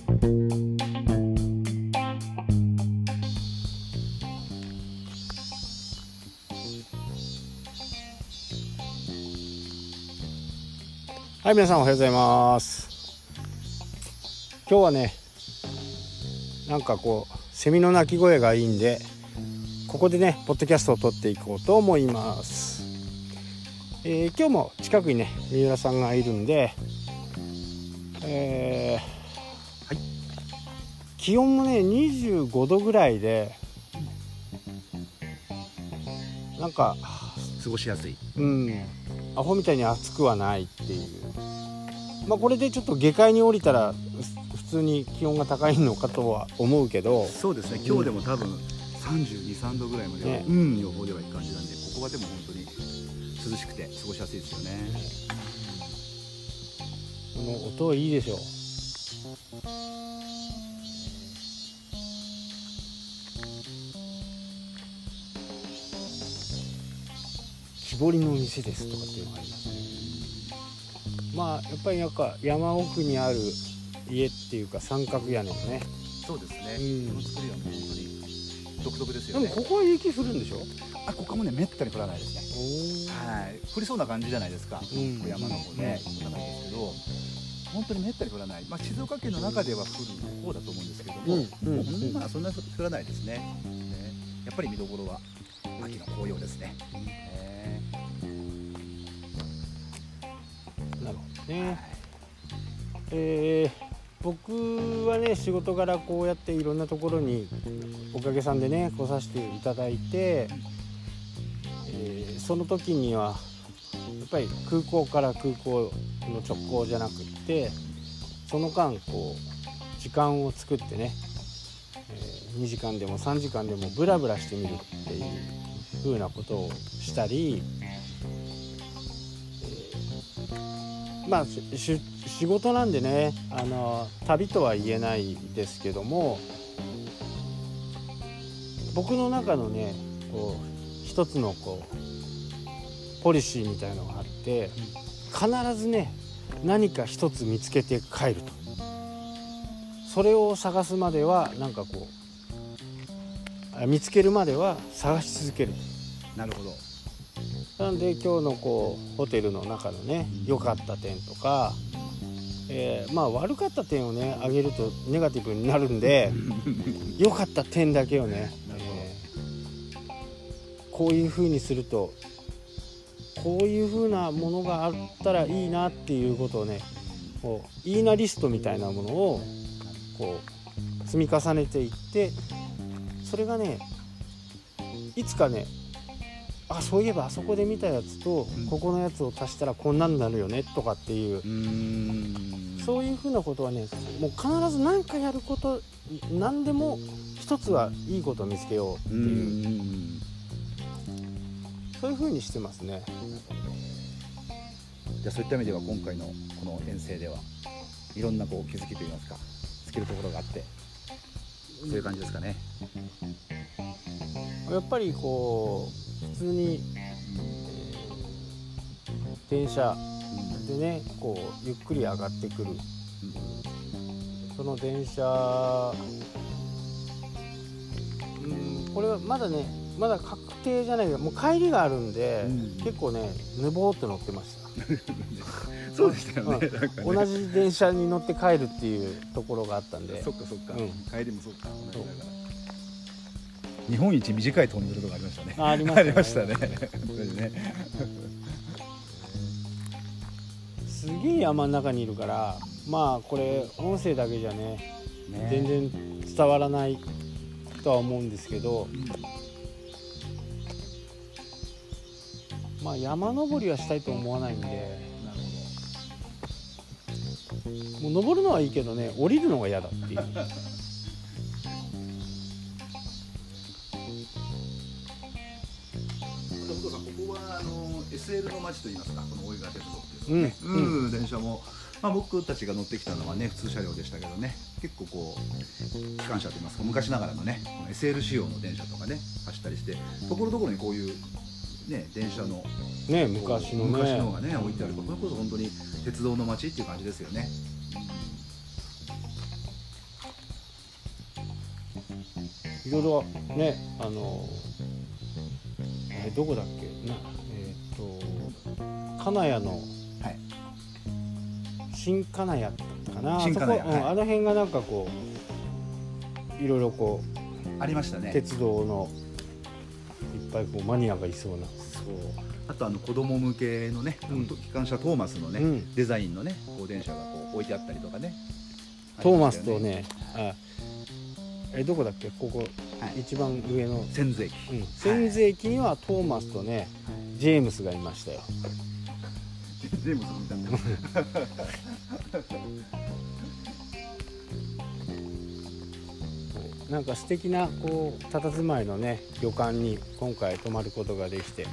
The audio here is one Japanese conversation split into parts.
はい、皆さんおはようございます。今日はね、なんかこうセミの鳴き声がいいんで、ここでねポッドキャストを撮っていこうと思います。今日も近くにね三浦さんがいるんで、はい、気温もね25度ぐらいで、なんか過ごしやすい、 アホみたいに暑くはないっていう。これでちょっと下界に降りたら普通に気温が高いのかとは思うけど、 そうですね、今日でも多分32、3度ぐらいまでは、予報ではいく感じなんで、ここはでも本当に涼しくて過ごしやすいですよね。 この音いいでしょ。木彫りの店ですとかっていうのがありますね。やっぱりなんか山奥にある家っていうか三角屋根のね。 そうですね、この作りはもう本当に独特ですよね。 でもここは雪降るんでしょ。 ここもねめったに降らないですね。はい、降りそうな感じじゃないですか、山の方で高いんですけど、本当にめったに降らない。静岡県の中では降る方だと思うんですけども、そんなに降らないですね。やっぱり見どころは秋の紅葉ですね。 なるほどね。僕はね仕事柄こうやっていろんなところにおかげさんでね来させていただいて、その時にはやっぱり空港から空港の直行じゃなくって、その間こう時間を作ってね、2時間でも3時間でもブラブラしてみるっていう風なことをしたり、仕事なんでね旅とは言えないですけども、僕の中のねこう一つのこうポリシーみたいのがあって、必ずね何か一つ見つけて帰ると。それを探すまではなんかこう見つけるまでは探し続ける。 なるほど。 なんで今日のこうホテルの中のね良かった点とか、悪かった点をね上げるとネガティブになるんで良かった点だけをね、こういう風にするとこういう風なものがあったらいいなっていうことをね、こういいなリストみたいなものをこう積み重ねていって、それがねいつかね、そういえばあそこで見たやつとここのやつを足したらこんなになるよねとかっていう、そういうふうなことはねもう必ず何かやること、何でも一つはいいことを見つけようっていう、そういうふうにしてますね。 じゃあそういった意味では今回のこの遠征ではいろんなこう気づきといいますかつけるところがあって、そういう感じですかね。 やっぱりこう普通に、電車でねこうゆっくり上がってくる、その電車、これはまだ確定じゃないけどもう帰りがあるんで、結構ねぬぼーって乗ってましたそうでしたよね、 同じ電車に乗って帰るっていうところがあったんで。 そっか、帰りもそっか、同じだから。日本一短いトンネルとかありましたね。 ありましたね。すげえ山の中にいるから、これ音声だけじゃね全然伝わらないとは思うんですけど、山登りはしたいと思わないんで、もう登るのはいいけどね降りるのが嫌だっていう。 ここはSL の街といいますか、この大井川鉄道っていうのね、電車も、僕たちが乗ってきたのはね普通車両でしたけどね、結構こう機関車といいますか昔ながらのねこの SL 仕様の電車とかね走ったりして、ところどころにこういうね電車の昔のがね置いてあると、これこそ本当に鉄道の街っていう感じですよね。 いろいろねどこだっけな金谷の、 はい、 新金谷だったかな、 新金谷、 あそこ、あの辺がなんかこういろいろこうありましたね。 鉄道のいっぱいこうマニアがいそうな。 そうあと子供向けのね、機関車トーマスのね、デザインのねこう電車がこう置いてあったりとかね。 トーマスとね、どこだっけここ、一番上の千頭駅、 千頭駅にはトーマスとね、ジェームスがいましたよ。 ジェームスみたいななんか素敵なこう佇まいのね旅館に今回泊まることができて、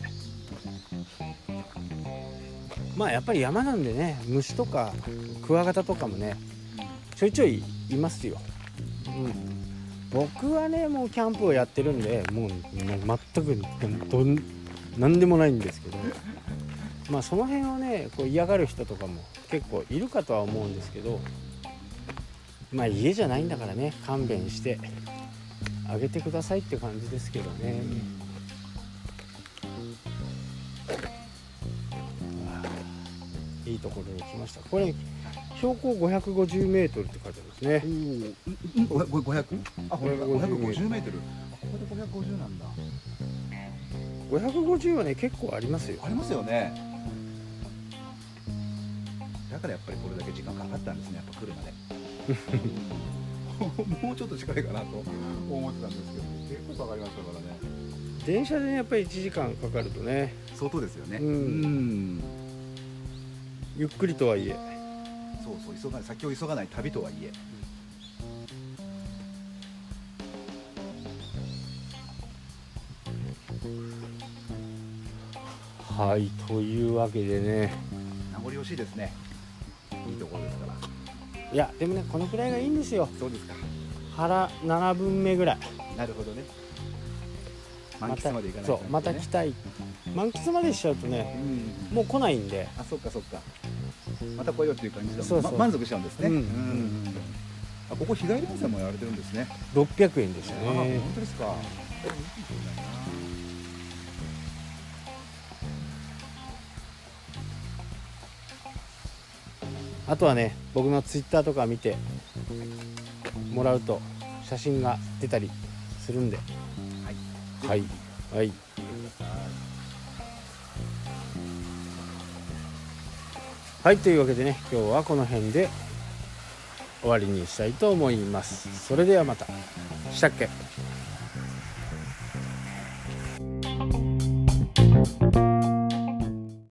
まあやっぱり山なんでね、虫とかクワガタとかもねちょいちょいいますよ。僕はねもうキャンプをやってるんでもう全く何でもないんですけど、まあその辺をねこう嫌がる人とかも結構いるかとは思うんですけど、まあ家じゃないんだからね勘弁してあげてくださいって感じですけどね。いいところに来ました。これ標高550メートルって書いてあるんですね。 500？あ、これが550メートル。ここで550なんだ。 550はね結構ありますよ。 ありますよね。だからやっぱりこれだけ時間かかったんですね。やっぱ来るまで。もうちょっと近いかなと思ってたんですけど、結構かかりましたからね。 電車でねやっぱり1時間かかるとね相当ですよね。 ゆっくりとはいえ、 そう先を急がない旅とはいえ、 はいというわけでね、 名残惜しいですね。いいところですから。 いやでもねこのくらいがいいんですよ。 そうですか。 腹7分目ぐらい。 なるほどね。満喫まで行かないと、ね、 そうまた来たい。満喫までしちゃうとね、もう来ないんで。 あ、そっかそっか。また来ようっていう感じでそう、 満足しちゃうんですね。あ、ここ日帰り温泉もやられてるんですね。 600円ですよね。 あ、本当ですか。 あとはね僕のツイッターとか見てもらうと写真が出たりするんで、はいはい、というわけでね今日はこの辺で終わりにしたいと思います。それではまた。したっけ。